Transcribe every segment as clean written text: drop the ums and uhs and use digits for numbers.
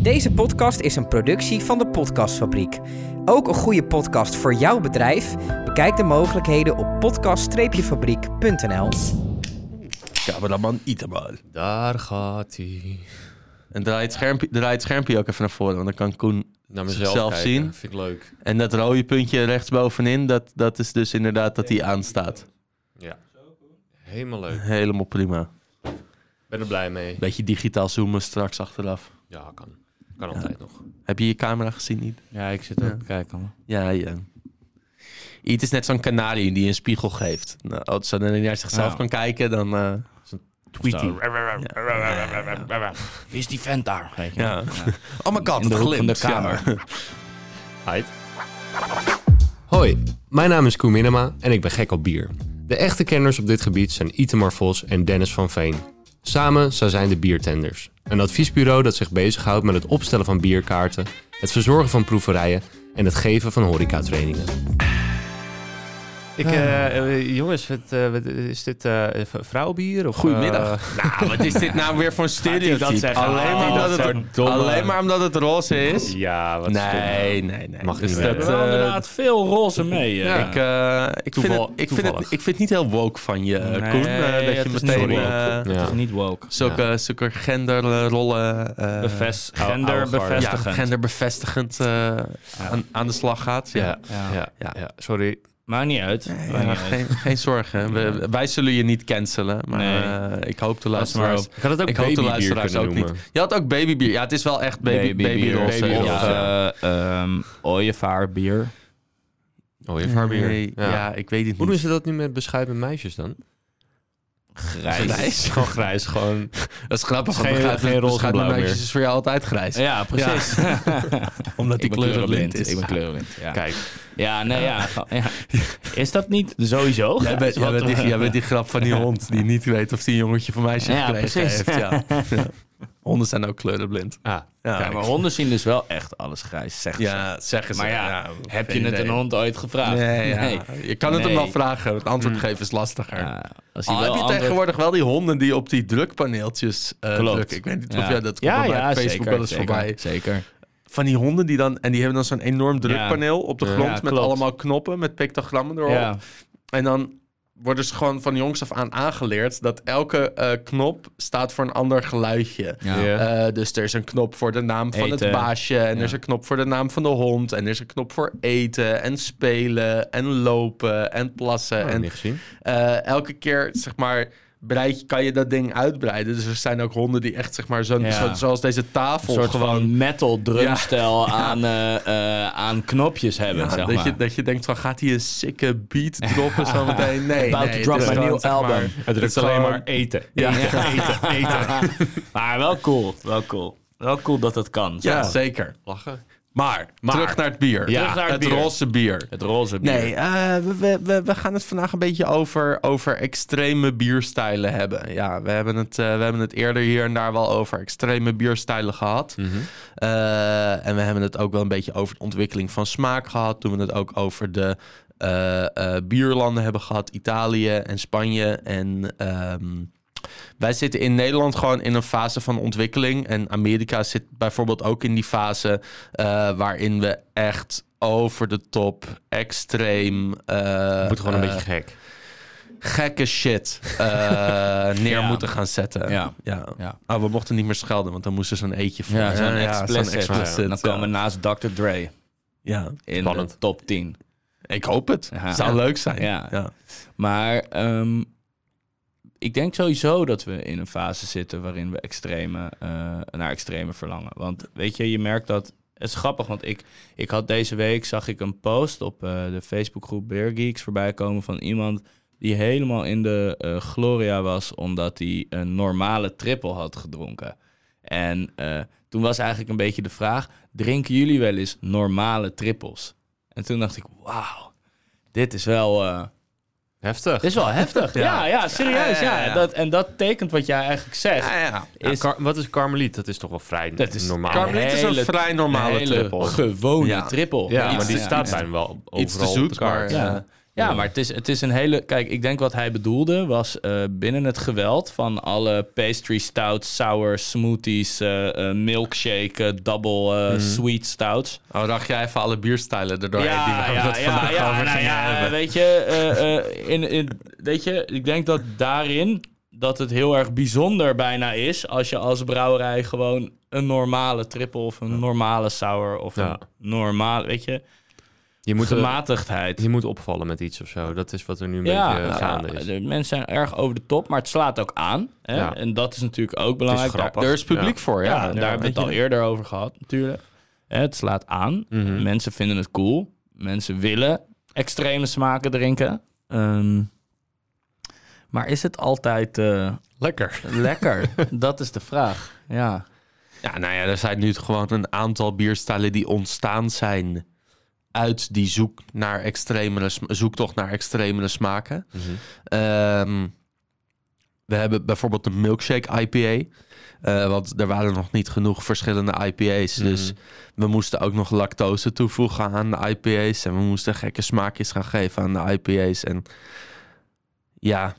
Deze podcast is een productie van de Podcastfabriek. Ook een goede podcast voor jouw bedrijf? Bekijk de mogelijkheden op podcast-fabriek.nl. Cameraman Itamar. Daar gaat hij. En draai het schermpje ook even naar voren, want dan kan Koen Naar mezelf zichzelf kijken. zien. Vind ik leuk. En dat rode puntje rechtsbovenin, dat is dus inderdaad dat hij aanstaat. Ja. Helemaal leuk. Helemaal prima. Ben er blij mee. Beetje digitaal zoomen straks achteraf. Ja, kan altijd nog. Heb je je camera gezien, Iet? Ja, ik zit ook te kijken. Ja. Iet is net zo'n kanarie die een spiegel geeft. Nou, als hij dan naar zichzelf kan kijken, dan tweet hij. Wie is die vent daar? Weet je? Ja. Oh my god, In de het hoek van de glimt. kamer. Ja. Heid. Hoi, mijn naam is Koen Minema en ik ben gek op bier. De echte kenners op dit gebied zijn Itamar Vos en Dennis van Veen. Samen zijn de Biertenders. Een adviesbureau dat zich bezighoudt met het opstellen van bierkaarten, het verzorgen van proeverijen en het geven van horecatrainingen. Jongens, wat is dit vrouwenbier? Of, Goedemiddag. Nou, wat is dit nou weer voor een Gaat hij dat stereotype? zeggen? Alleen maar omdat het roze is? Ja, wat Nee. Mag Dus niet dat, meer. We hadden inderdaad veel roze mee. Ik vind het niet heel woke van je, Nee, Koen. Dat het je is meteen niet woke. Het is niet woke. zulke genderrollen... Genderbevestigend. genderbevestigend aan de slag gaat. Ja. Sorry. Maakt niet uit. Geen zorgen. Wij zullen je niet cancelen. Maar ik hoop de luisteraars... Ik had het ook babybier kunnen noemen. Je had ook babybier. Ja, het is wel echt babyroze. Ooievaarbier. Ooievaarbier. Nee, ja, ik weet het niet. Hoe doen ze dat nu met bescheiden meisjes dan? Grijs. Gewoon grijs, gewoon. Dat is grappig. Geen roze en blauw meer. is voor jou altijd grijs. Ja, precies. Omdat die kleurenblind is. Ik ben kleurenblind. Ja. Kijk. Ja, nee, ja. Is dat niet sowieso? Jij bent die grap van die hond die niet weet of die een jongetje van meisje Ja, gekregen precies. heeft. Ja. Honden zijn ook kleurenblind. Ah, Ja, maar honden zien dus wel echt alles grijs, zeggen ze. Ja, zeggen ze. Maar ja, heb je geen het een idee. hond ooit gevraagd? Nee. Je kan het hem Nee. wel vragen. Het antwoord geven is lastiger. Ja, als hij Al wel heb je antwoord- tegenwoordig wel die honden die op die drukpaneeltjes drukken. Ik weet niet of jij dat komt bij Facebook zeker, wel eens zeker, voorbij. Zeker. Van die honden die dan... En die hebben dan zo'n enorm drukpaneel op de grond met klopt. allemaal knoppen met pictogrammen erop. Ja. En dan worden ze gewoon van jongs af aan aangeleerd dat elke knop staat voor een ander geluidje. Ja. Dus er is een knop voor de naam van Eten. het baasje. En Ja. er is een knop voor de naam van de hond. En er is een knop voor eten en spelen en lopen en plassen. En niet gezien. elke keer, zeg maar, kan je dat ding uitbreiden. Dus er zijn ook honden die echt, zeg maar, zoals deze tafel Een soort gewoon... van metal drumstijl aan knopjes hebben, Ja, zeg dat, maar. dat je denkt van, gaat hij een sikke beat droppen zometeen? Nee, About to drop het is my gewoon, new zeg album. maar, Het is alleen maar eten. Ja. Eten. Maar wel cool. Wel cool dat het kan. Ja, Zo. zeker. Lachen. Maar, terug naar het bier. Ja, terug naar het bier. roze bier. Het roze bier. Nee, we gaan het vandaag een beetje over extreme bierstijlen hebben. Ja, we hebben het eerder hier en daar wel over extreme bierstijlen gehad. En we hebben het ook wel een beetje over de ontwikkeling van smaak gehad. Toen we het ook over de bierlanden hebben gehad. Italië en Spanje. En wij zitten in Nederland gewoon in een fase van ontwikkeling. En Amerika zit bijvoorbeeld ook in die fase waarin we echt over de top, extreem... Moet gewoon een beetje gek. gekke shit neer moeten gaan zetten. Ja. Oh, we mochten niet meer schelden, want dan moest er zo'n eetje voor. Ja, zo'n explicit. Dan komen we ja. naast Dr. Dre Ja, in Spannend. de top 10. ik hoop het. Ja. Zou leuk zijn. Ja. Maar ik denk sowieso dat we in een fase zitten waarin we naar extreme verlangen. Want weet je merkt dat... Het is grappig, want ik had deze week... zag ik een post op de Facebookgroep Beer Geeks voorbij komen van iemand die helemaal in de gloria was omdat hij een normale triple had gedronken. En toen was eigenlijk een beetje de vraag... drinken jullie wel eens normale trippels? En toen dacht ik, wauw, dit is wel... Heftig. Dit is wel heftig. Ja, serieus. Ja. Dat tekent wat jij eigenlijk zegt. Wat is Karmeliet? Dat is toch wel vrij Dat is normaal. Karmeliet is een vrij normale triple. Gewone Ja. triple. Ja, Iets maar die te- staat iets- bijna wel overal Iets te op de zoet, kaart. maar... Ja. Ja, maar het is een hele... Kijk, ik denk wat hij bedoelde was binnen het geweld van alle pastry stouts, sour smoothies, milkshake, double sweet stouts. Oh, dacht jij even alle bierstijlen erdoor die we het vandaag over gingen hebben. Weet je, ik denk dat daarin dat het heel erg bijzonder bijna is als je als brouwerij gewoon een normale triple of een normale sour of een normale, weet je... Je moet gematigdheid. Je moet opvallen met iets of zo. Dat is wat er nu een beetje gaande is. De mensen zijn erg over de top, maar het slaat ook aan. Hè? Ja. En dat is natuurlijk ook belangrijk. Er is publiek voor, daar hebben we het al eerder over gehad, natuurlijk. Het slaat aan. Mm-hmm. Mensen vinden het cool. Mensen willen extreme smaken drinken. Maar is het altijd... Lekker? Dat is de vraag, ja. Ja, nou ja, er zijn nu gewoon een aantal bierstijlen die ontstaan zijn... uit die zoektocht naar extremere smaken. Mm-hmm. We hebben bijvoorbeeld de milkshake IPA. Want er waren nog niet genoeg verschillende IPA's. Mm-hmm. Dus we moesten ook nog lactose toevoegen aan de IPA's. En we moesten gekke smaakjes gaan geven aan de IPA's. En ja...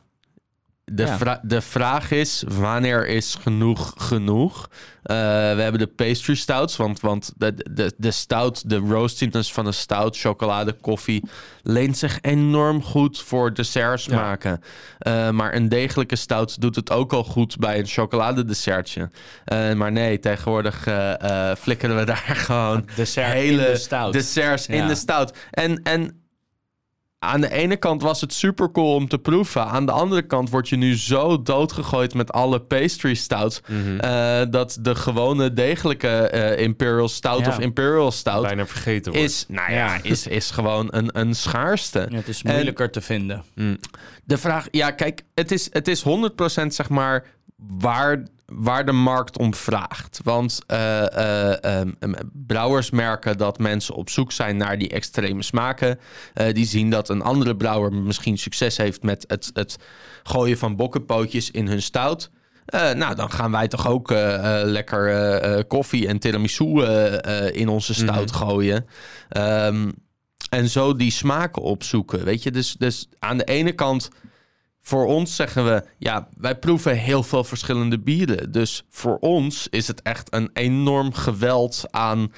De vraag is, wanneer is genoeg? We hebben de pastry stouts, want de stout, de roastiness van een stout, chocolade, koffie, leent zich enorm goed voor dessertsmaken. Ja. Maar een degelijke stout doet het ook al goed bij een chocoladedessertje. Maar nee, tegenwoordig flikkeren we daar gewoon hele desserts in de stout. En aan de ene kant was het super cool om te proeven. Aan de andere kant word je nu zo doodgegooid met alle pastry stouts... dat de gewone degelijke Imperial Stout of Imperial Stout... bijna vergeten wordt. Is gewoon een schaarste. Ja, het is moeilijker te vinden. De vraag... Ja, kijk, het is 100% zeg maar waar de markt om vraagt. Want brouwers merken dat mensen op zoek zijn naar die extreme smaken. Die zien dat een andere brouwer misschien succes heeft met het gooien van bokkenpootjes in hun stout. Nou, dan gaan wij toch ook lekker koffie en tiramisu in onze stout gooien. En zo die smaken opzoeken. Weet je, dus aan de ene kant... Voor ons zeggen we, ja, wij proeven heel veel verschillende bieren. Dus voor ons is het echt een enorm geweld aan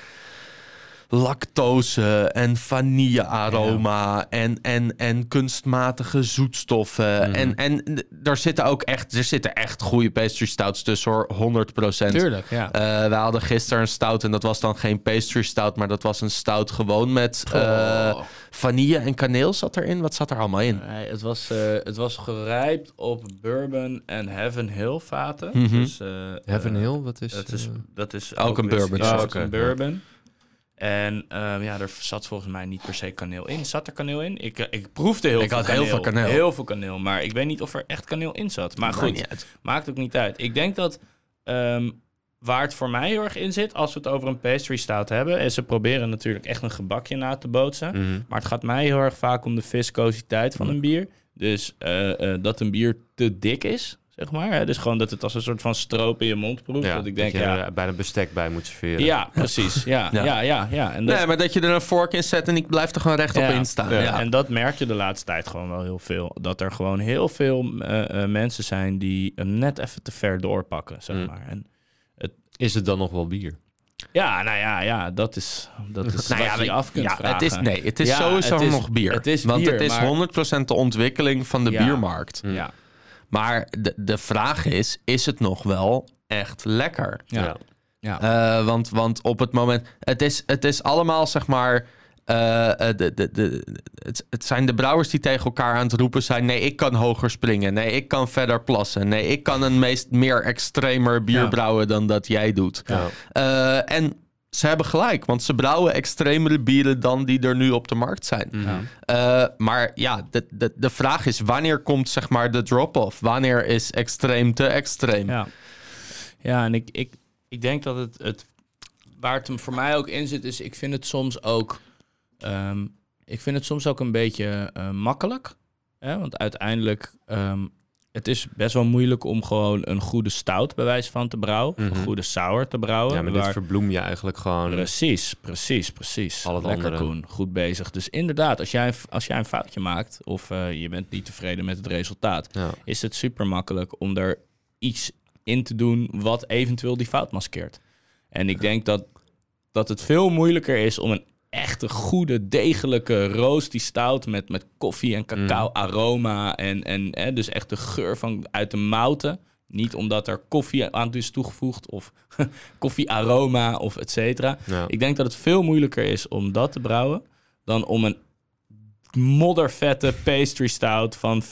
lactose en vanillearoma en kunstmatige zoetstoffen. En er zitten echt goede pastry stouts tussen, hoor, 100%. Tuurlijk, ja. We hadden gisteren een stout en dat was dan geen pastry stout, maar dat was een stout gewoon met vanille en kaneel zat erin. Wat zat er allemaal in? Het was gerijpt op bourbon en Heaven Hill vaten. Dus, Heaven Hill, wat is... Dat is ook een bourbon. Ja, ook een bourbon. En er zat volgens mij niet per se kaneel in. Zat er kaneel in? Ik proefde heel veel kaneel. Heel veel kaneel, maar ik weet niet of er echt kaneel in zat. Maar goed, maakt ook niet uit. Ik denk dat waar het voor mij heel erg in zit, als we het over een pastry stout hebben, en ze proberen natuurlijk echt een gebakje na te bootsen. Maar het gaat mij heel erg vaak om de viscositeit van een bier. Dus dat een bier te dik is. Zeg maar. Hè? Dus gewoon dat het als een soort van stroop in je mond proeft. Ja, dat ik denk, bijna bestek bij moet serveren. Ja, precies. Ja. En nee, maar dat je er een vork in zet en ik blijf er gewoon rechtop in staan. Ja. En dat merk je de laatste tijd gewoon wel heel veel. Dat er gewoon heel veel mensen zijn die hem net even te ver doorpakken, zeg maar. En is het dan nog wel bier? Ja, nou ja, dat is wat je af kunt vragen. Het is sowieso nog bier. Het is want bier, het is 100% de ontwikkeling van de biermarkt. Ja. Maar de vraag is het nog wel echt lekker? Ja. Want op het moment... Het is allemaal, zeg maar... Het zijn de brouwers die tegen elkaar aan het roepen zijn... nee, ik kan hoger springen. Nee, ik kan verder plassen. Nee, ik kan een meer extremer bier brouwen dan dat jij doet. Ja. En ze hebben gelijk, want ze brouwen extremere bieren dan die er nu op de markt zijn. Maar ja, de vraag is, wanneer komt zeg maar de drop-off? Wanneer is extreem te extreem? Ja, en ik denk dat het waar het hem voor mij ook in zit, is ik vind het soms ook... een beetje makkelijk. Hè? Want uiteindelijk het is best wel moeilijk om gewoon een goede stout bij wijze van te brouwen. Of een goede sour te brouwen. Ja, maar dit verbloem je eigenlijk gewoon. Precies. Al het Lekker, andere. Koen. Goed bezig. Dus inderdaad, als jij een foutje maakt of je bent niet tevreden met het resultaat, is het super makkelijk om er iets in te doen wat eventueel die fout maskeert. En ik denk dat het veel moeilijker is om een echte goede, degelijke roasty stout met koffie en cacao aroma en dus echt de geur van uit de mouten. Niet omdat er koffie aan is toegevoegd of koffie aroma of et cetera. Ja. Ik denk dat het veel moeilijker is om dat te brouwen dan om een moddervette pastry stout van 14%.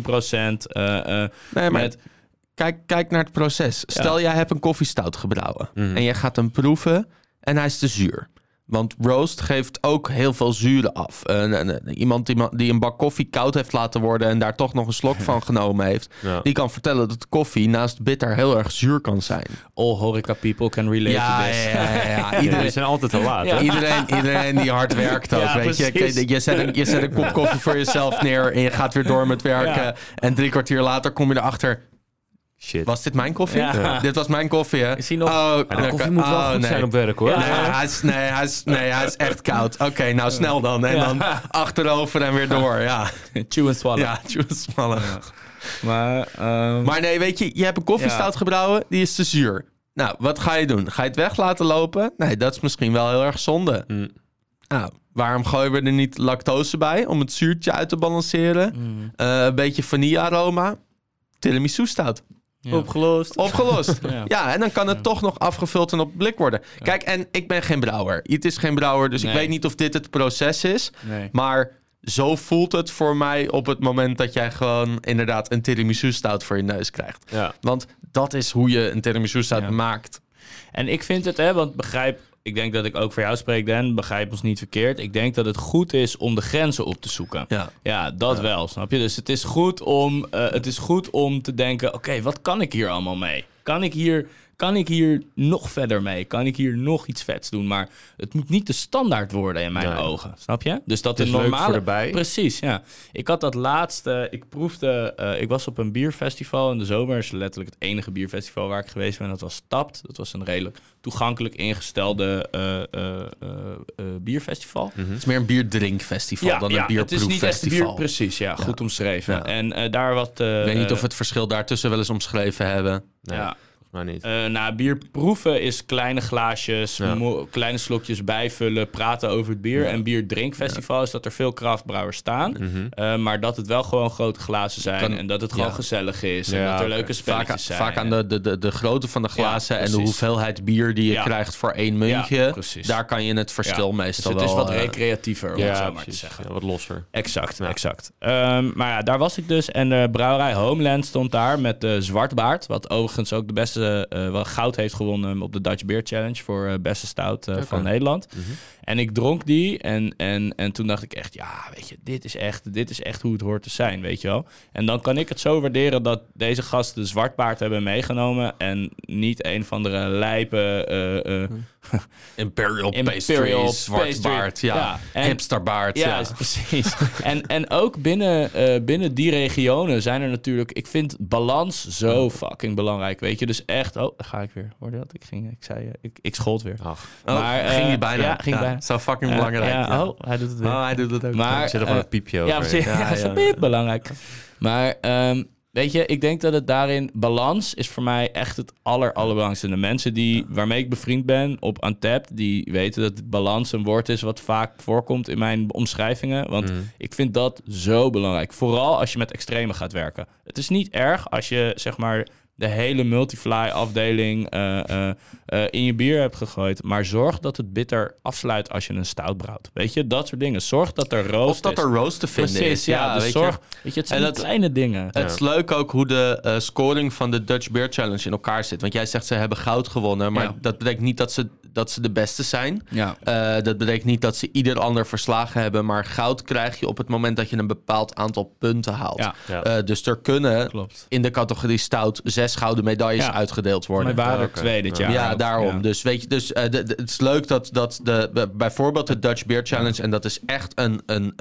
Maar kijk naar het proces. Stel, jij hebt een koffiestout gebrouwen en je gaat hem proeven en hij is te zuur. Want roast geeft ook heel veel zuren af. Iemand die een bak koffie koud heeft laten worden en daar toch nog een slok van genomen heeft, die kan vertellen dat de koffie naast bitter heel erg zuur kan zijn. All horeca people can relate to this. Ja. Iedereen zijn altijd te laat. Ja. Iedereen die hard werkt ook. Weet je? Je zet een kop koffie voor jezelf neer en je gaat weer door met werken. Ja. En 3 kwartier later kom je erachter. Shit. Was dit mijn koffie? Ja. Dit was mijn koffie, hè? Is hij nog... de koffie moet wel goed zijn op werk, hoor. Ja. Hij is echt koud. Oké, nou snel dan. En dan achterover en weer door, ja. Chew and swallow. Ja, chew and swallow. Ja. Maar nee, weet je hebt een koffiestout gebrouwen, die is te zuur. Nou, wat ga je doen? Ga je het weg laten lopen? Nee, dat is misschien wel heel erg zonde. Nou, waarom gooien we er niet lactose bij om het zuurtje uit te balanceren? Een beetje vanille-aroma. Tiramisu stout. Ja. Opgelost. Ja, en dan kan het toch nog afgevuld en op blik worden. Ja. Kijk, en ik ben geen brouwer. Het is geen brouwer, dus ik weet niet of dit het proces is. Nee. Maar zo voelt het voor mij op het moment dat jij gewoon inderdaad een tiramisu stout voor je neus krijgt. Ja. Want dat is hoe je een tiramisu stout maakt. En ik vind het, want ik denk dat ik ook voor jou spreek, Dan. Begrijp ons niet verkeerd. Ik denk dat het goed is om de grenzen op te zoeken. Ja, dat wel, snap je? Dus het is goed om te denken, oké, wat kan ik hier allemaal mee? Kan ik hier nog verder mee? Kan ik hier nog iets vets doen? Maar het moet niet de standaard worden in mijn ogen. Snap je? Dus dat is een normale... leuk voor erbij. Precies, ja. Ik had dat laatste... Ik was op een bierfestival in de zomer. Dat is letterlijk het enige bierfestival waar ik geweest ben. Dat was Tapt. Dat was een redelijk toegankelijk ingestelde bierfestival. Het is meer een bierdrinkfestival dan een bierproeffestival. Het is niet echt bier, precies. Ja, goed omschreven. Ja. En daar wat... ik weet niet of we het verschil daartussen wel eens omschreven hebben. Nee. Ja. Maar niet. Bier proeven is kleine glaasjes, kleine slokjes bijvullen, praten over het bier. En bierdrinkfestival is dat er veel craftbrouwers staan. Maar dat het wel gewoon grote glazen zijn en dat het gewoon gezellig is. En dat er leuke spelletjes zijn. Vaak aan de grootte van de glazen en de hoeveelheid bier die je krijgt voor 1 muntje. Daar kan je het verschil meestal dus het wel... is wat recreatiever, om het zo maar te zeggen. Ja, wat losser. Exact. Maar ja, daar was ik dus. En de brouwerij Homeland stond daar met de Zwartbaard. Wat overigens ook de beste... wel goud heeft gewonnen op de Dutch Beer Challenge voor beste stout van Nederland. En ik dronk die en toen dacht ik echt, ja, weet je, dit is echt hoe het hoort te zijn, weet je wel. En dan kan ik het zo waarderen dat deze gasten de Zwartbaard hebben meegenomen en niet een van de lijpe... Imperial Pastries, Zwartbaard, hipsterbaard. Ja, precies. en ook binnen die regionen zijn er natuurlijk... Ik vind balans zo fucking belangrijk, weet je. Dus echt... Oh, daar ga ik weer. Hoorde je dat? Ik schold weer. Maar ging die bijna. Ja, ging bijna. Zo fucking belangrijk. Ja. Oh, hij doet het weer. Hij doet het ook. Maar, er zit er gewoon een piepje over. Ja, precies. Ja, zo piep, belangrijk. Maar... weet je, ik denk dat het daarin... Balans is voor mij echt het allerbelangrijkste. De mensen waarmee ik bevriend ben op Untappd... die weten dat balans een woord is wat vaak voorkomt in mijn omschrijvingen. Want ik vind dat zo belangrijk. Vooral als je met extreme gaat werken. Het is niet erg als je, zeg maar... de hele Multifly afdeling in je bier hebt gegooid. Maar zorg dat het bitter afsluit als je een stout brouwt. Weet je, dat soort dingen. Zorg dat er roast is. Of dat er roast te vinden is. Ja, dus zorg... Weet je, het zijn kleine dingen. Het is leuk ook hoe de scoring van de Dutch Beer Challenge in elkaar zit. Want jij zegt ze hebben goud gewonnen. Maar dat betekent niet dat ze dat ze de beste zijn. Ja. Dat betekent niet dat ze ieder ander verslagen hebben, maar goud krijg je op het moment dat je een bepaald aantal punten haalt. Ja. Dus er kunnen Klopt. in de categorie stout 6 gouden medailles uitgedeeld worden. Maar waren er 2 dit jaar. Ja, ook. daarom. Ja. Dus weet je, het is leuk dat bijvoorbeeld de Dutch Beer Challenge, en dat is echt een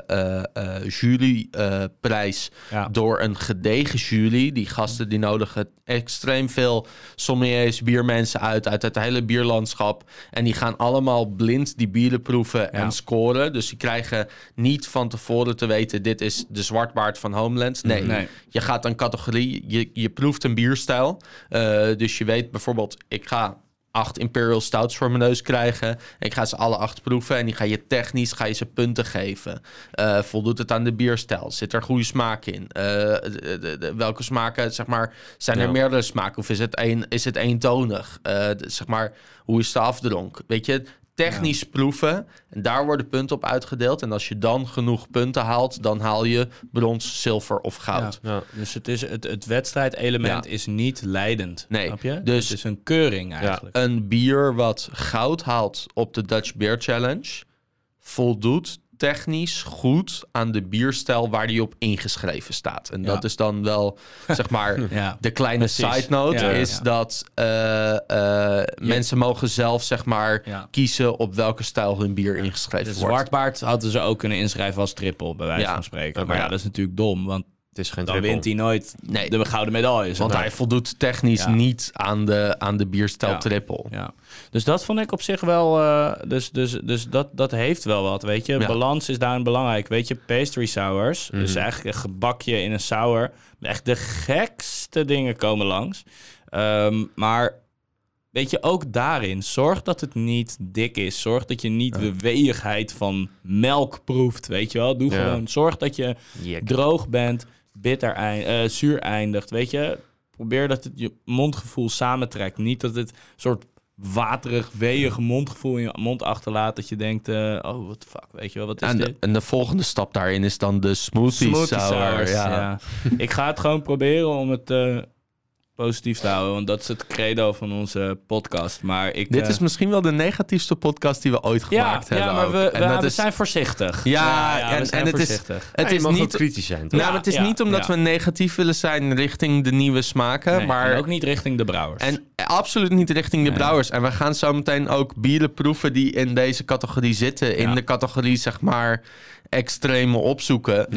juryprijs door een gedegen jury. Die gasten die nodigen extreem veel sommeliers, biermensen uit het hele bierlandschap. En die gaan allemaal blind die bieren proeven en scoren. Dus die krijgen niet van tevoren te weten, dit is de zwartbaard van Homeland. Nee. Je gaat een categorie, je proeft een bierstijl. Dus je weet bijvoorbeeld, ik ga 8 Imperial Stouts voor mijn neus krijgen. En ik ga ze alle 8 proeven. En die ga je technisch ze punten geven. Voldoet het aan de bierstijl? Zit er goede smaak in? Welke smaken, zeg maar, zijn er meerdere smaken? Of is het eentonig? Zeg maar, hoe is de afdronk? Weet je, technisch proeven. En daar worden punten op uitgedeeld. En als je dan genoeg punten haalt, dan haal je brons, zilver of goud. Ja. Dus het wedstrijdelement is niet leidend. Nee. Snap je? Dus het is een keuring eigenlijk. Een bier wat goud haalt op de Dutch Beer Challenge voldoet technisch goed aan de bierstijl waar die op ingeschreven staat. En dat is dan wel, zeg maar, de kleine side note is dat mensen mogen zelf, zeg maar, kiezen op welke stijl hun bier ingeschreven wordt. De zwartbaard hadden ze ook kunnen inschrijven als triple, bij wijze van spreken. Maar dat is natuurlijk dom, want het is geen dan triple. wint hij nooit de gouden medailles. Want hij voldoet technisch niet aan de bierstijl triple. Ja. Dus dat vond ik op zich wel... Dus dat heeft wel wat, weet je. Balans is daarin belangrijk. Weet je, pastry sours, dus eigenlijk een gebakje in een sour. Echt de gekste dingen komen langs. Maar weet je, ook daarin, zorg dat het niet dik is. Zorg dat je niet de weeigheid van melk proeft, weet je wel. Doe gewoon, zorg dat je droog bent, zuur eindigt, weet je. Probeer dat het je mondgevoel samentrekt. Niet dat het soort waterig, weeig mondgevoel in je mond achterlaat, dat je denkt, oh, what the fuck, weet je wel, wat is dit? En de volgende stap daarin is dan de smoothie sour. Ja. Ik ga het gewoon proberen om het positief te houden, want dat is het credo van onze podcast. Maar dit is misschien wel de negatiefste podcast die we ooit gemaakt hebben. Ja, maar we zijn voorzichtig. We zijn voorzichtig. Het is niet kritisch zijn. Toch? Het is niet omdat we negatief willen zijn richting de nieuwe smaken, maar en ook niet richting de brouwers. En absoluut niet richting de brouwers. En we gaan zo meteen ook bieren proeven die in deze categorie zitten. In de categorie, zeg maar, extreme opzoeken.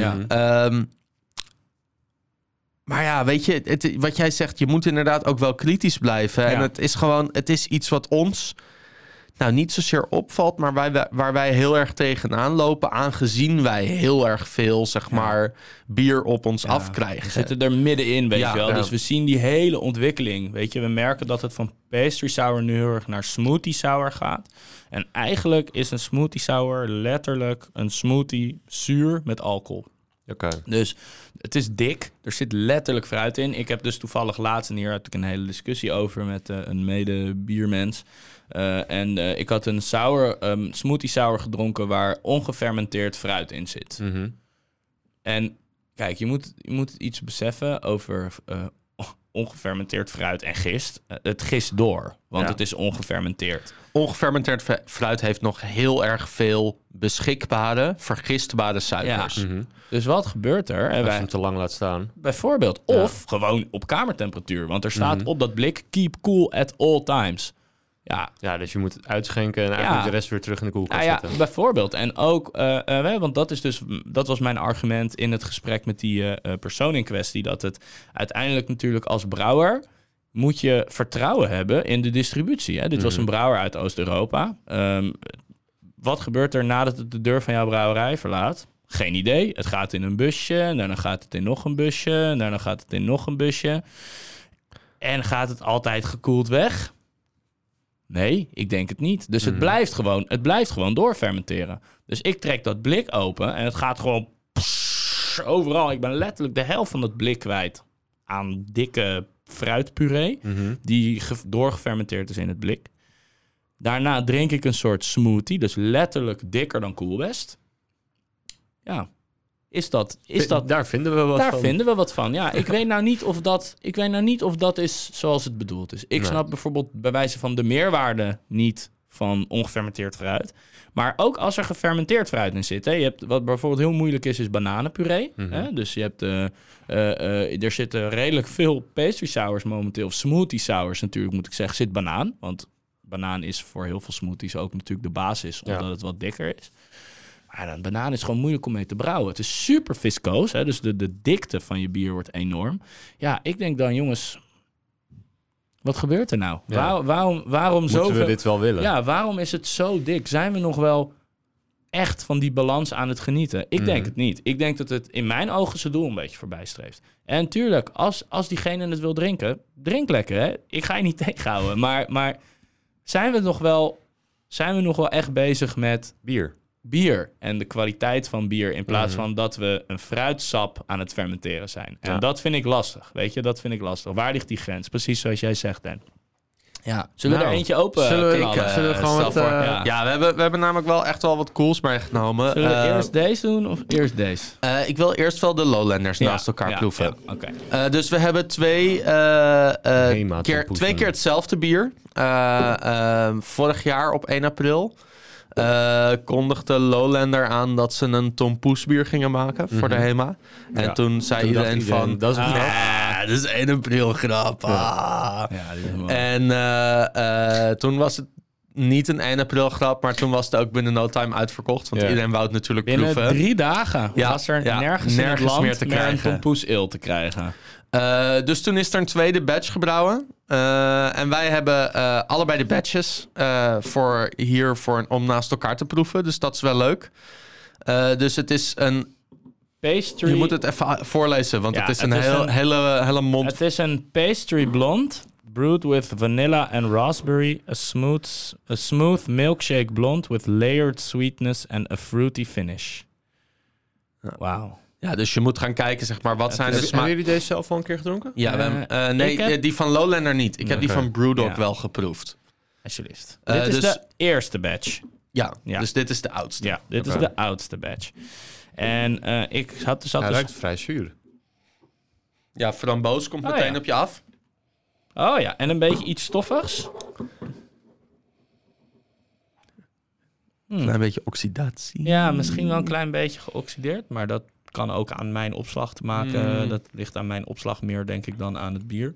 Maar ja, weet je, wat jij zegt, je moet inderdaad ook wel kritisch blijven. Ja. En het is iets wat ons niet zozeer opvalt, maar waar wij heel erg tegenaan lopen, aangezien wij heel erg veel, zeg maar, bier op ons afkrijgen. We zitten er middenin, weet je wel. Dus we zien die hele ontwikkeling, weet je. We merken dat het van pastry sour nu heel erg naar smoothie sour gaat. En eigenlijk is een smoothie sour letterlijk een smoothie zuur met alcohol. Dus het is dik. Er zit letterlijk fruit in. Ik heb dus toevallig laatst, en hier had ik een hele discussie over met een mede-biermens. Ik had een smoothie sour gedronken waar ongefermenteerd fruit in zit. En kijk, je moet iets beseffen over ongefermenteerd fruit en gist. Het gist door, want het is ongefermenteerd. Ongefermenteerd fruit heeft nog heel erg veel beschikbare, vergistbare suikers. Dus wat gebeurt er? Als je hem te lang laat staan. Bijvoorbeeld. Of gewoon op kamertemperatuur. Want er staat op dat blik, keep cool at all times. Ja, dus je moet het uitschenken en eigenlijk de rest weer terug in de koelkast zetten. Bijvoorbeeld. En ook, want dat was mijn argument in het gesprek met die persoon in kwestie, dat het uiteindelijk natuurlijk als brouwer moet je vertrouwen hebben in de distributie. Hè? Dit was een brouwer uit Oost-Europa. Wat gebeurt er nadat het de deur van jouw brouwerij verlaat? Geen idee. Het gaat in een busje, en daarna gaat het in nog een busje, en daarna gaat het in nog een busje. En gaat het altijd gekoeld weg? Nee, ik denk het niet. Dus het blijft gewoon doorfermenteren. Dus ik trek dat blik open en het gaat gewoon overal. Ik ben letterlijk de helft van dat blik kwijt aan dikke fruitpuree die doorgefermenteerd is in het blik. Daarna drink ik een soort smoothie, dus letterlijk dikker dan Cool West. Ja, daar vinden we wat van. Ja, ik weet nou niet of dat is zoals het bedoeld is. Ik snap bijvoorbeeld bij wijze van de meerwaarde niet van ongefermenteerd fruit. Maar ook als er gefermenteerd fruit in zit. Hè. Je hebt, wat bijvoorbeeld heel moeilijk is bananenpuree. Hè. Dus je hebt, er zitten redelijk veel pastry sours momenteel. Of smoothie sours natuurlijk, moet ik zeggen, zit banaan. Want banaan is voor heel veel smoothies ook natuurlijk de basis, omdat het wat dikker is. Maar een banaan is gewoon moeilijk om mee te brouwen. Het is super viscoos, hè, dus de dikte van je bier wordt enorm. Ja, ik denk dan, jongens, wat gebeurt er nou? Ja. Waarom Moeten we dit wel willen? Ja, waarom is het zo dik? Zijn we nog wel echt van die balans aan het genieten? Ik denk het niet. Ik denk dat het in mijn ogen zijn doel een beetje voorbij streeft. En tuurlijk, als diegene het wil drinken, drink lekker, hè? Ik ga je niet tegenhouden. Maar zijn we nog wel echt bezig met bier en de kwaliteit van bier, in plaats van dat we een fruitsap aan het fermenteren zijn. En dat vind ik lastig, weet je, dat vind ik lastig. Waar ligt die grens? Precies zoals jij zegt, Dan. Ja, zullen we er eentje open knallen? Zullen we gewoon wat... we hebben namelijk wel echt wel wat cools meegenomen. Zullen we eerst deze doen of eerst deze? Ik wil eerst wel de Lowlanders naast elkaar proeven. Ja, okay. Dus we hebben twee keer hetzelfde bier. Vorig jaar op 1 april kondigde Lowlander aan dat ze een tompoesbier gingen maken voor de HEMA. En toen zei iedereen van... Dat is dit is 1 april grap. En toen was het niet een 1 april grap, maar toen was het ook binnen no time uitverkocht. Want iedereen wou het natuurlijk binnen proeven. 3 dagen was er nergens in het land meer te krijgen. Een tompoes ale te krijgen. Dus toen is er een tweede batch gebrouwen. En wij hebben allebei de batches om naast elkaar te proeven. Dus dat is wel leuk. Dus het is een... Pastry... Je moet het even voorlezen, want het is een hele mond... Het is een pastry blonde, brewed with vanilla and raspberry. A smooth milkshake blonde with layered sweetness and a fruity finish. Wauw. Ja, dus je moet gaan kijken, zeg maar, wat zijn de smaken... Hebben jullie deze zelf al een keer gedronken? Ja, die van Lowlander niet. Ik heb die van Brewdog wel geproefd. Alsjeblieft. Dit is de eerste batch. Ja, dus dit is de oudste. Ja, dit is de oudste batch. En ik had dus... Hij ruikt vrij zuur. Ja, framboos komt meteen op je af. Oh ja, en een beetje iets stoffigs. Een klein beetje oxidatie. Ja, misschien wel een klein beetje geoxideerd, maar dat kan ook aan mijn opslag te maken. Dat ligt aan mijn opslag meer, denk ik, dan aan het bier.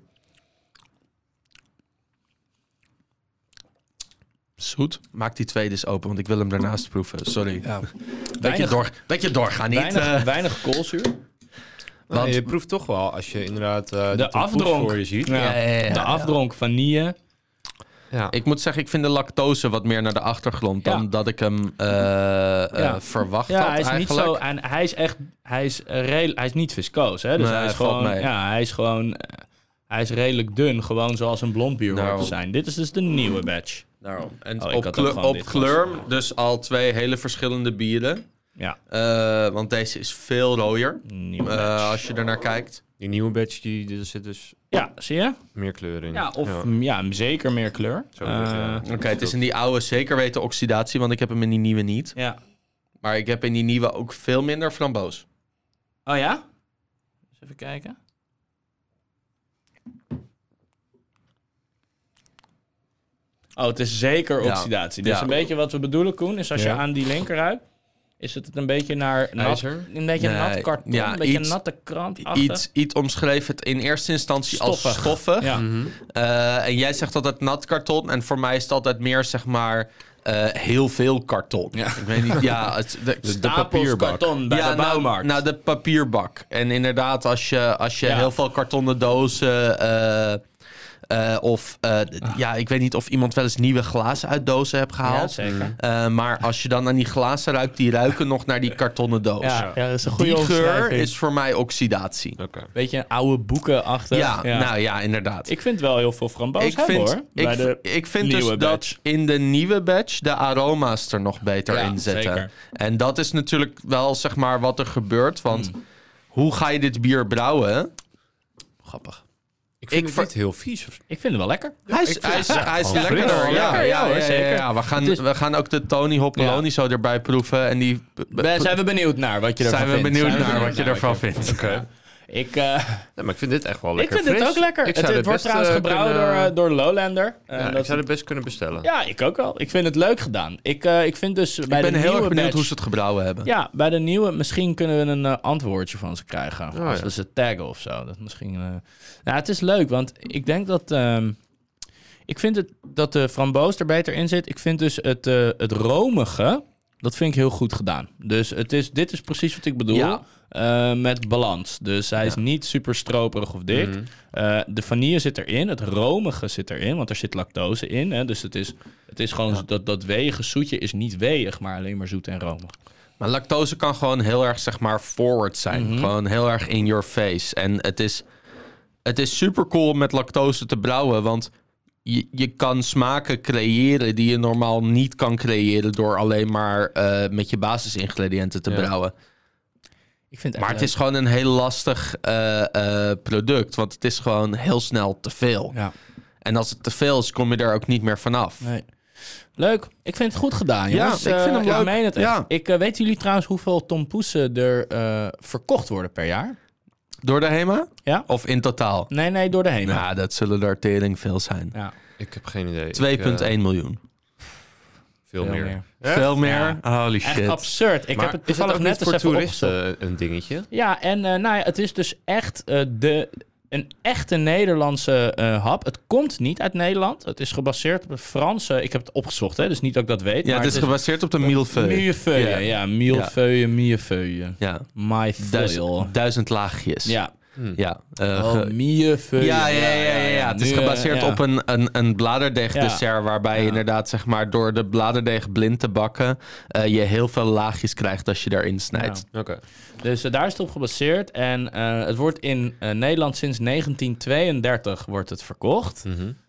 Zoet. Maak die tweede eens open, want ik wil hem daarnaast proeven. Sorry. Ja. Beetje doorgaan. Weinig koolzuur. Want je proeft toch wel, als je inderdaad de afdronk voor je ziet. De afdronk vanille. Ja. Ik moet zeggen, ik vind de lactose wat meer naar de achtergrond dan dat ik hem verwacht had hij is eigenlijk. Niet zo, en hij is niet viscoos, hè? Dus hij is redelijk dun, gewoon zoals een blond bier hoort te zijn. Dit is dus de nieuwe batch. Daarom. En op kleur dus al 2 hele verschillende bieren. Ja. Want deze is veel rooier. Als je er naar kijkt. Die nieuwe batch, er zit dus... Ja, zie je? Meer kleur in. Ja, zeker meer kleur. Oké, het is in die oude zeker weten oxidatie, want ik heb hem in die nieuwe niet. Ja. Maar ik heb in die nieuwe ook veel minder framboos. Oh ja? Eens even kijken. Oh, het is zeker oxidatie. Dus een beetje wat we bedoelen, Koen, is als je aan die linker ruikt, is het een beetje naar een beetje nat karton, een beetje natte krant. Iets omschreef het in eerste instantie als stoffig. Ja. En jij zegt altijd nat karton en voor mij is het altijd meer, zeg maar, heel veel karton. Ja. Ik weet niet, de papierbak. Karton bij de bouwmarkt. Nou, de papierbak. En inderdaad, als je heel veel kartonnen dozen... ik weet niet of iemand wel eens nieuwe glazen uit dozen hebt gehaald. Ja, zeker. Maar als je dan aan die glazen ruikt, die ruiken nog naar die kartonnen doos. Ja, dat is een goede die geur is voor mij oxidatie. Beetje een oude boekenachtig. Nou ja, inderdaad. Ik vind wel heel veel framboos Ik vind dus dat in de nieuwe batch de aroma's er nog beter in zitten. Zeker. En dat is natuurlijk wel, zeg maar, wat er gebeurt. Want hoe ga je dit bier brouwen? Grappig. Ik vind het niet heel vies. Ik vind het wel lekker. Hij is lekker. Ja, zeker. Ja, we gaan ook de Tony Hoppoloni zo erbij proeven. En zijn we benieuwd naar wat je ervan vindt. Wat je ervan vindt. Okay. maar ik vind dit echt wel Ik lekker vind dit fris. ook lekker. Ik zou Het dit wordt best, trouwens gebrouwen door Lowlander. ik zou dit best kunnen bestellen. Ja, ik ook wel. Ik vind het leuk gedaan. Ik vind dus bij Ik ben de heel nieuwe erg benieuwd batch, hoe ze het gebrouwen hebben. Ja, bij de nieuwe... Misschien kunnen we een antwoordje van ze krijgen. Als ja. we ze taggen of zo. Dat misschien... Nou, het is leuk, want ik denk dat... ik vind dat de framboos er beter in zit. Ik vind dus het romige... Dat vind ik heel goed gedaan. Dus dit is precies wat ik bedoel. Ja. Met balans. Dus hij is niet super stroperig of dik. De vanille zit erin. Het romige zit erin. Want er zit lactose in. Hè? Dus het is gewoon dat weeige zoetje is niet weeig. Maar alleen maar zoet en romig. Maar lactose kan gewoon heel erg, zeg maar, forward zijn. Gewoon heel erg in your face. En het is super cool om met lactose te brouwen. Want je kan smaken creëren die je normaal niet kan creëren... door alleen maar met je basisingrediënten te brouwen. Ik vind Maar het is gewoon een heel lastig product. Want het is gewoon heel snel te veel. Ja. En als het te veel is, kom je er ook niet meer vanaf. Nee. Leuk. Ik vind het goed gedaan, jongens. Ja, ik vind hem leuk. Ik meen het echt. Ja. Weten jullie trouwens hoeveel tompoesen er verkocht worden per jaar? Door de HEMA? Ja? Of in totaal? Nee, door de HEMA. Ja, dat zullen er tering veel zijn. Ja. Ik heb geen idee. 2,1 miljoen. Veel meer. Veel meer? Ja. Holy Echt shit. absurd. Ik Maar heb het is het toevallig ook net niet eens voor even opgezocht. toeristen een dingetje? Ja, en het is dus echt een echte Nederlandse hap. Het komt niet uit Nederland. Het is gebaseerd op een Franse... Ik heb het opgezocht, hè, dus niet dat ik dat weet. Ja, maar het is gebaseerd op de millefeuille. Millefeuille, ja. Millefeuille. Ja. My foil. 1000 laagjes. Ja. Ja. Millefeuille. Ja. Het is gebaseerd op een bladerdeegdessert... waarbij je Ja. inderdaad, zeg maar, door de bladerdeeg blind te bakken... je heel veel laagjes krijgt als je daarin snijdt. Oké. Dus daar is het op gebaseerd. En het wordt in Nederland sinds 1932 wordt het verkocht.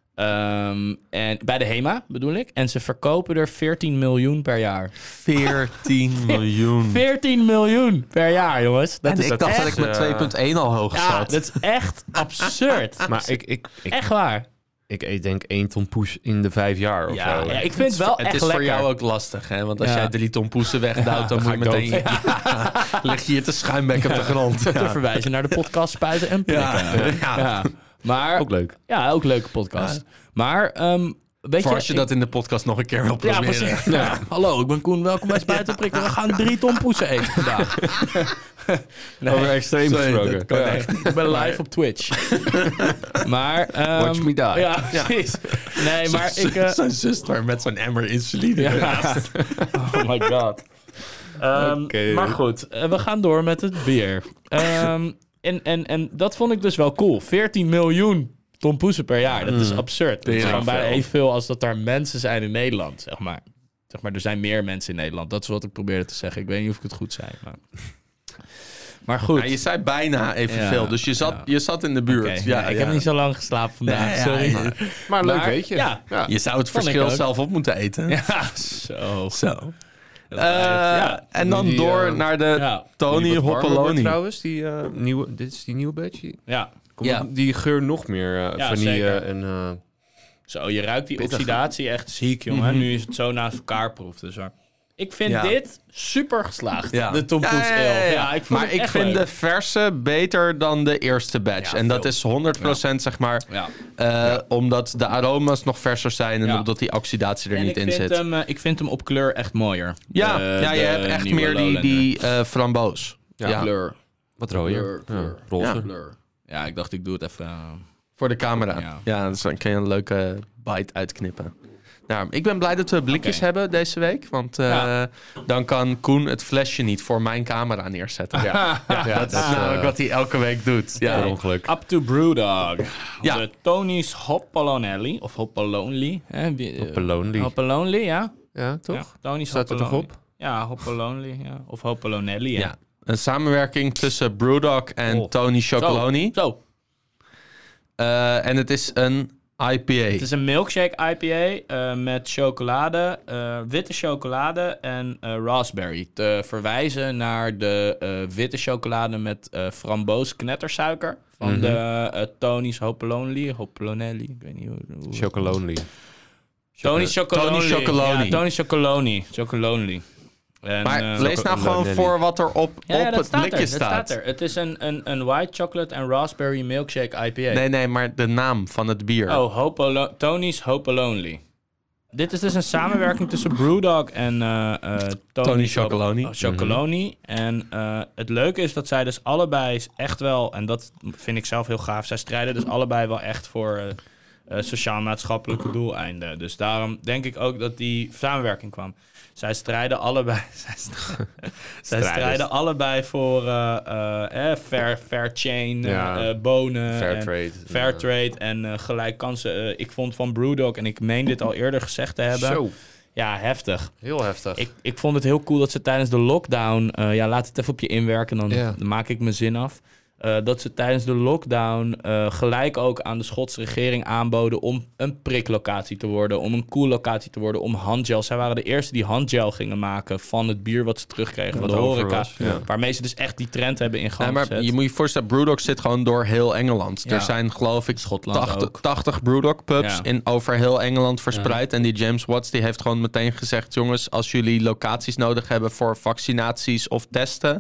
En bij de HEMA bedoel ik. En ze verkopen er 14 miljoen per jaar. 14 miljoen. 14 miljoen per jaar, jongens. Dat En is ik dacht dat echt, ik met 2,1 al hoog ja, zat. dat is echt absurd. Maar ik Echt waar. Ik eet denk 1 ton poes in de 5 jaar of Ja, zo. ja, ik vind het wel Het echt is lekker. voor jou ook lastig, hè? Want als Ja. jij 3 ton poesen wegduwt, dan dan moet je ga ik meteen... lig je hier te schuimbek op de grond. Te verwijzen naar de podcast Spuiten en Prikken. Ja. Maar, Ook leuk. ja, ook leuke podcast. Maar, weet Voor je... als je dat in de podcast nog een keer wil Ja, proberen. precies. Ja. Hallo, ik ben Koen. Welkom bij Spuiten en Prikken. We gaan 3 ton poesen eten vandaag. Over extreem gesproken. dat kan Ja. echt. Ik ben live op Twitch. Maar... Watch me die. Ja, precies. Nee, maar ik... Zijn zuster met zo'n emmer insuline. Ja. Oh my god. Oké. Maar goed, we gaan door met het bier. En dat vond ik dus wel cool. 14 miljoen tompoesen per jaar. Dat is absurd. Dat is Ja, gewoon bijna veel. evenveel als dat er mensen zijn in Nederland, zeg maar. Zeg maar, er zijn meer mensen in Nederland. Dat is wat ik probeerde te zeggen. Ik weet niet of ik het goed zei. Maar goed. Ja, je zei bijna evenveel, Ja, dus je ja. zat in de buurt. Oké, Ja, ik heb niet zo lang geslapen vandaag. Nee, ja, sorry. ja. Maar leuk Maar, weet je. ja. Je zou het Vond ik verschil ook. zelf op moeten eten. Ja, zo. Zo. Ja. En dan Die, door naar de Ja. Tony Die wat warmer wordt Hoppoloni. trouwens, die nieuwe, dit is die nieuwe batch. Ja. Komt Ja. die geur nog meer Ja, vanille zeker. en... Zo, je ruikt die Pittig. oxidatie echt ziek, jongen. Nu is het zo naast elkaar proef. Dus ik vind Ja. dit super geslaagd. Ja. De Tompoes Ale. Ja, ik vond maar het ik echt vind leuk. de verse beter dan de eerste batch. Ja, en dat veel. is 100% zeg maar... Ja. Omdat de aroma's nog verser zijn en Ja. omdat die oxidatie er En niet in zit. ik vind hem op kleur echt mooier. Ja, De- ja, je de hebt echt nieuwe meer Lowlander. die framboos. Ja. Kleur. Wat rooier. Kleur, kleur. Roze. Ja. Kleur. Ja, ik dacht ik doe het even... Voor de camera. Ja. Ja, dus dan kun je een leuke bite uitknippen. Nou, ik ben blij dat we blikjes Oké. hebben deze week. Want Ja. dan kan Koen het flesje niet voor mijn camera neerzetten. Ja, dat is namelijk wat hij elke week doet. Ja. Per ongeluk. Up to Brewdog. Ja. De Tony's Hoppolonelli. Of Hoppolonely. Hoppolonely. Hoppolonely, ja. Ja, toch? Ja, Tony's Staat er toch Hoppolonely. Ja, Hoppolonely. Ja. Of Hoppolonelli. Ja. Ja. Een samenwerking tussen Brewdog en Tony Chocoloni. Zo. En het is een IPA. Het is een milkshake IPA met chocolade, witte chocolade en raspberry. Te verwijzen naar de witte chocolade met framboos knettersuiker van de Tony's Hoppolonelli. Ik weet niet hoe Chocolonely. Tony's Chocolonely. Tony Chocoloni. Ja, Tony's Chocoloni. Chocolonely. En, Maar lees nou gewoon voor wat er op het blikje staat. Het is een white chocolate en raspberry milkshake IPA. Nee, maar de naam van het bier. Oh, Tony's Hope Lonely. Dit is dus een samenwerking tussen Brewdog en Tony Chocolonely. Chocolonely. En het leuke is dat zij dus allebei echt wel... En dat vind ik zelf heel gaaf. Zij strijden dus allebei wel echt voor sociaal-maatschappelijke doeleinden. Dus daarom denk ik ook dat die samenwerking kwam. Zij strijden allebei... zij strijden allebei voor fair chain, bonen. Fair trade en gelijk kansen. Ik vond van Brewdog, en ik meen dit al eerder gezegd te hebben... Zo. Ja, heftig. Heel heftig. Ik vond het heel cool dat ze tijdens de lockdown... laat het even op je inwerken, dan maak ik mijn zin af. Dat ze tijdens de lockdown gelijk ook aan de Schotse regering aanboden... om een priklocatie te worden, om een koellocatie te worden, om handgel. Zij waren de eerste die handgel gingen maken van het bier wat ze terugkregen van de horeca. Waarmee ze dus echt die trend hebben in gang gezet. Maar je moet je voorstellen, Brewdog zit gewoon door heel Engeland. Ja. Er zijn geloof ik 80 Brewdog pubs over heel Engeland verspreid. En die James Watts die heeft gewoon meteen gezegd... jongens, als jullie locaties nodig hebben voor vaccinaties of testen...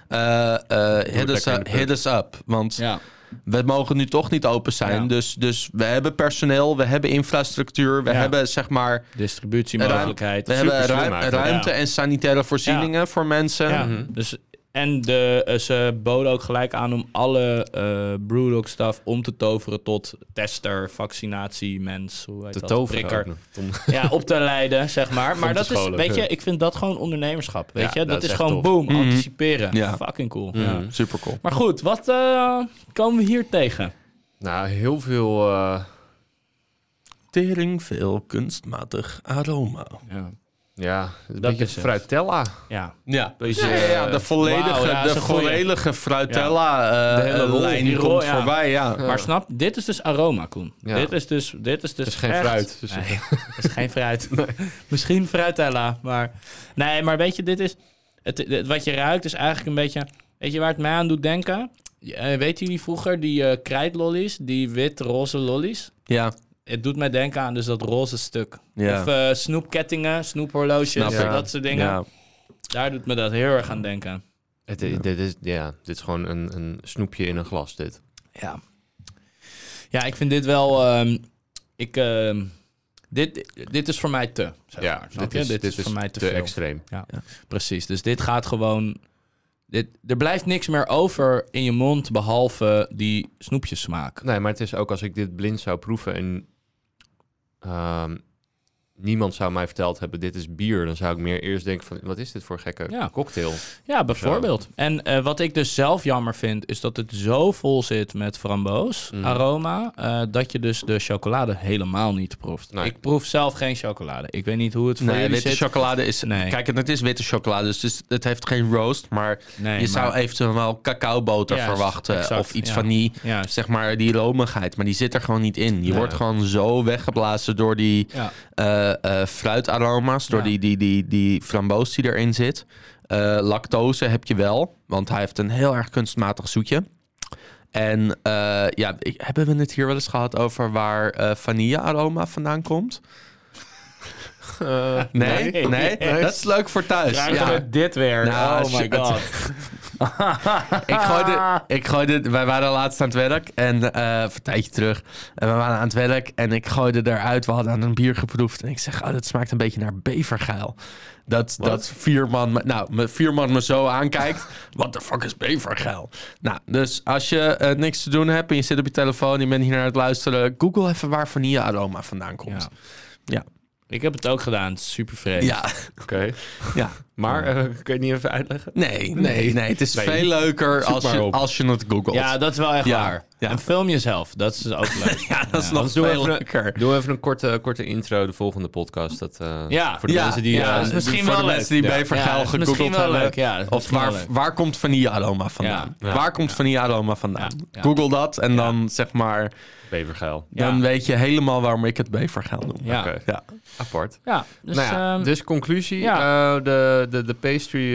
hit us up. Want we mogen nu toch niet open zijn. Ja. Dus we hebben personeel, we hebben infrastructuur, we hebben zeg maar... distributiemogelijkheid. We hebben ruimte en sanitaire voorzieningen voor mensen. Ja. Dus... En ze boden ook gelijk aan om alle Brewdog-staf om te toveren tot tester, vaccinatiemens, hoe heet dat? Prikker. Ja, op te leiden, zeg maar. Maar dat is, weet je, ik vind dat gewoon ondernemerschap. Weet je, dat is gewoon tof. Boom, anticiperen. Ja. Fucking cool. Ja. Super cool. Maar goed, wat komen we hier tegen? Nou, heel veel... Tering veel kunstmatig aroma. Ja, een beetje fruitella. De volledige fruitella-lijn komt voorbij. Ja. Maar snap, dit is dus aroma, Koen. Ja. Dit is dus is geen echt... fruit. Dus nee, het is geen fruit. Nee. Misschien fruitella, maar... Nee, maar weet je, dit is... wat je ruikt is eigenlijk een beetje... Weet je waar het mij aan doet denken? Weet jullie vroeger die krijtlollies? Die wit-roze lollies? Ja. Het doet mij denken aan dus dat roze stuk. Ja. Of snoepkettingen, snoephorloges, dat soort dingen. Ja. Daar doet me dat heel erg aan denken. Dit is gewoon een snoepje in een glas, dit. Ja, ik vind dit wel... Dit is voor mij te. Zeg maar. Dit is voor mij te veel. Extreem. Ja, precies. Dus dit gaat gewoon... Er blijft niks meer over in je mond behalve die snoepjessmaak. Nee, maar het is ook als ik dit blind zou proeven en niemand zou mij verteld hebben dit is bier, dan zou ik meer eerst denken van wat is dit voor gekke cocktail? Ja, bijvoorbeeld. En wat ik dus zelf jammer vind is dat het zo vol zit met framboos aroma dat je dus de chocolade helemaal niet proeft. Nee. Ik proef zelf geen chocolade. Ik weet niet hoe het voor jullie witte zit. Chocolade is... Nee. Kijk, het is witte chocolade, dus het heeft geen roast, maar je zou eventueel wel cacaoboter verwachten of iets van die, zeg maar, die romigheid, maar die zit er gewoon niet in. Je wordt gewoon zo weggeblazen door die fruitaroma's, door die framboos die erin zit. Lactose heb je wel, want hij heeft een heel erg kunstmatig zoetje. En hebben we het hier wel eens gehad over waar vanille-aroma vandaan komt? Nee? Dat is leuk voor thuis. Dit weer. Nou, oh my god. Wij waren laatst aan het werk en een tijdje terug. En we waren aan het werk en ik gooide eruit. We hadden aan een bier geproefd. En ik zeg, dat smaakt een beetje naar bevergeil. Dat 4 man me zo aankijkt. What the fuck is bevergeil? Nou, dus als je niks te doen hebt en je zit op je telefoon en je bent hier naar het luisteren, Google even waar vanille-aroma vandaan komt. Ja. Ik heb het ook gedaan. Het is super vreemd. Ja. Oké. Ja. Maar kun je het niet even uitleggen? Nee. Het is veel leuker als je het googelt. Ja, dat is wel echt waar. Ja. En film jezelf. Dat is ook leuk. Dat is nog veel leuker. Doe even een korte intro, de volgende podcast. Voor de mensen die... misschien wel leuk. Mensen die bevergeil gegoogeld hebben. Ja, of waar komt vanille-aroma vandaan? Waar komt vanille-aroma vandaan? Google dat en dan zeg maar... Bevergeil. Dan weet je helemaal waarom ik het bevergeil noem. Ja. Apart. Ja, dus conclusie. De pastry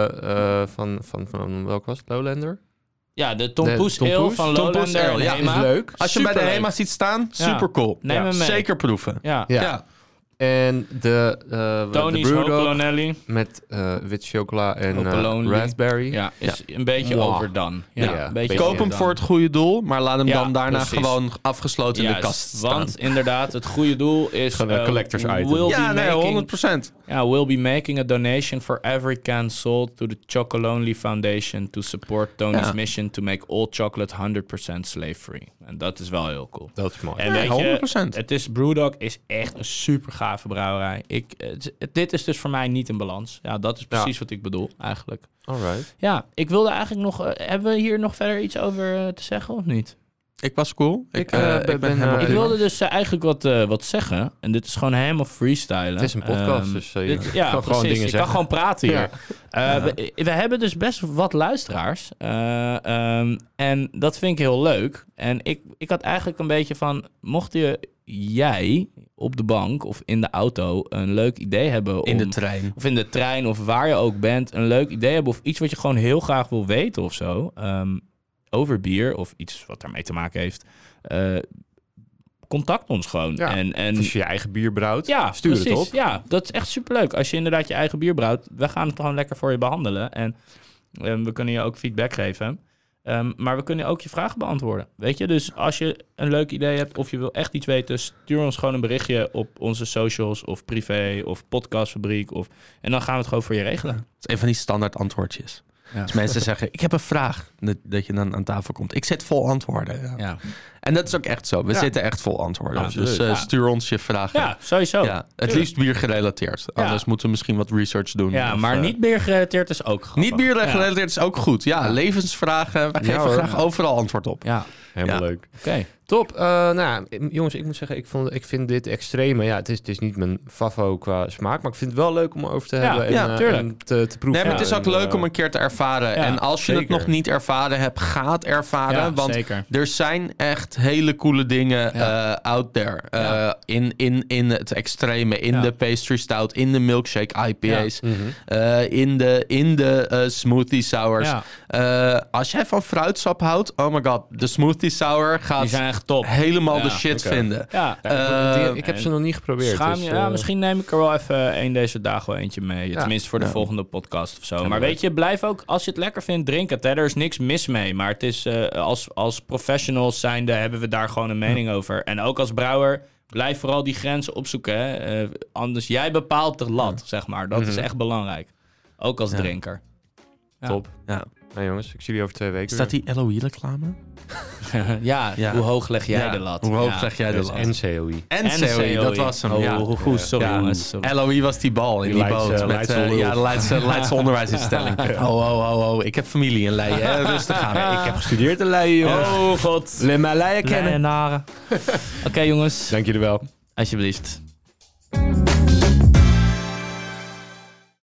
van welk was het? Lowlander? Ja, de Tompoes Ale van Lowlander. Ja, is leuk. Als je bij de HEMA ziet staan, super cool. Zeker proeven. Ja. En de Tony's Brewdog Hopalonelli. met wit chocola en Hopalonely. raspberry. Ja, is een beetje Mwah. overdone. Ja, een beetje Koop hem overdone. voor het goede doel, maar laat hem Ja, dan daarna precies. gewoon afgesloten in de kast staan. Want inderdaad, het goede doel is... Gewoon een collectors item. We'll Ja, be nee, making, 100%. we'll be making a donation for every can sold to the Chocolonely Foundation to support Tony's Ja. mission to make all chocolate 100% slave-free. En dat is wel heel cool. Dat is mooi. En Ja, weet 100%. je, Brewdog is echt een super gave brouwerij. Dit is dus voor mij niet in balans. Ja, dat is precies wat ik bedoel, eigenlijk. Alright. Ja, ik wilde eigenlijk nog... hebben we hier nog verder iets over te zeggen of niet? Ik was cool. Ik ben ben, helemaal Ik prima. wilde dus eigenlijk wat zeggen. En dit is gewoon helemaal freestylen. Het is een podcast, dus je ja, kan precies. gewoon dingen Je kan zeggen. gewoon praten hier. Ja. We hebben dus best wat luisteraars. En dat vind ik heel leuk. En ik had eigenlijk een beetje van... Mocht jij op de bank of in de auto een leuk idee hebben... In de trein. Of in de trein of waar je ook bent... een leuk idee hebben of iets wat je gewoon heel graag wil weten of zo... over bier of iets wat daarmee te maken heeft... contact ons gewoon. Ja. En Als je je eigen bier brouwt, ja, stuur precies. het op. Ja, dat is echt superleuk. Als je inderdaad je eigen bier brouwt, we gaan het gewoon lekker voor je behandelen. En we kunnen je ook feedback geven. Maar we kunnen ook je vragen beantwoorden. Weet je, dus als je een leuk idee hebt of je wil echt iets weten, stuur ons gewoon een berichtje op onze socials of privé of podcastfabriek. En dan gaan we het gewoon voor je regelen. Dat is een van die standaard antwoordjes. Ja. Als mensen zeggen, ik heb een vraag, dat je dan aan tafel komt. Ik zit vol antwoorden. Ja. Ja, En dat is ook echt zo. We zitten echt vol antwoorden. Ja, dus absoluut. stuur ons je vragen. ja sowieso. Ja, het Tuurlijk. liefst bier gerelateerd. Ja. Anders moeten we misschien wat research doen. Ja, Of, maar niet bier gerelateerd is ook grappig. Niet bier Ja. gerelateerd is ook goed. Ja, levensvragen. Wij geven hoor. graag overal antwoord op. Ja, Helemaal Ja. leuk. oké. Top. Jongens, ik moet zeggen, ik vind dit extreme... Ja, het is niet mijn favo qua smaak, maar ik vind het wel leuk om over te Ja, hebben ja, en, tuurlijk. en te proeven. Nee, maar het is En, ook leuk om een keer te ervaren. ja, en als je het zeker. nog niet ervaren hebt, ga het ervaren. Ja, want zeker. er zijn echt hele coole dingen out there. Ja. In het extreme, in Ja. de pastry stout, in de milkshake IPA's, Mhm. in de smoothie sours. Ja. Als jij van fruitsap houdt, oh my god, de smoothie sour Die gaat zijn echt top. helemaal Ja, de shit oké. vinden. Ja, Ik heb ze nog niet geprobeerd. Schaam dus, je? Ja, misschien neem ik er wel even een deze dagen wel eentje mee. Ja. Tenminste voor de Ja. volgende podcast of zo. Ja, Maar leuk. weet je, blijf ook, als je het lekker vindt, drink het. Hè? Er is niks mis mee. Maar het is, als professionals zijnde hebben we daar gewoon een mening over. En ook als brouwer, blijf vooral die grenzen opzoeken. Hè? Anders, jij bepaalt de lat, zeg maar. Dat is echt belangrijk. Ook als Ja. drinker. Ja. Top. Ja. Nou jongens, ik zie jullie over 2 weken Staat die LOE-reclame? ja, Ja. hoe hoog leg jij Ja, de lat? Hoe hoog Ja. leg jij de weer. lat? En COI. En COE, dat was hem. Oh, ja. sorry Ja. jongens. Sorry. LOE was die bal in die Leidse- boot. Met, Leidse lul. ja, de Leidse onderwijsinstelling. Oh. Ik heb familie in Leiden. Hè? Rustig aan. Ik heb gestudeerd in Leiden, jongens. Oh god. Laat mij Leiden kennen. Leidenaren. Oké jongens, Dank jullie wel. alsjeblieft.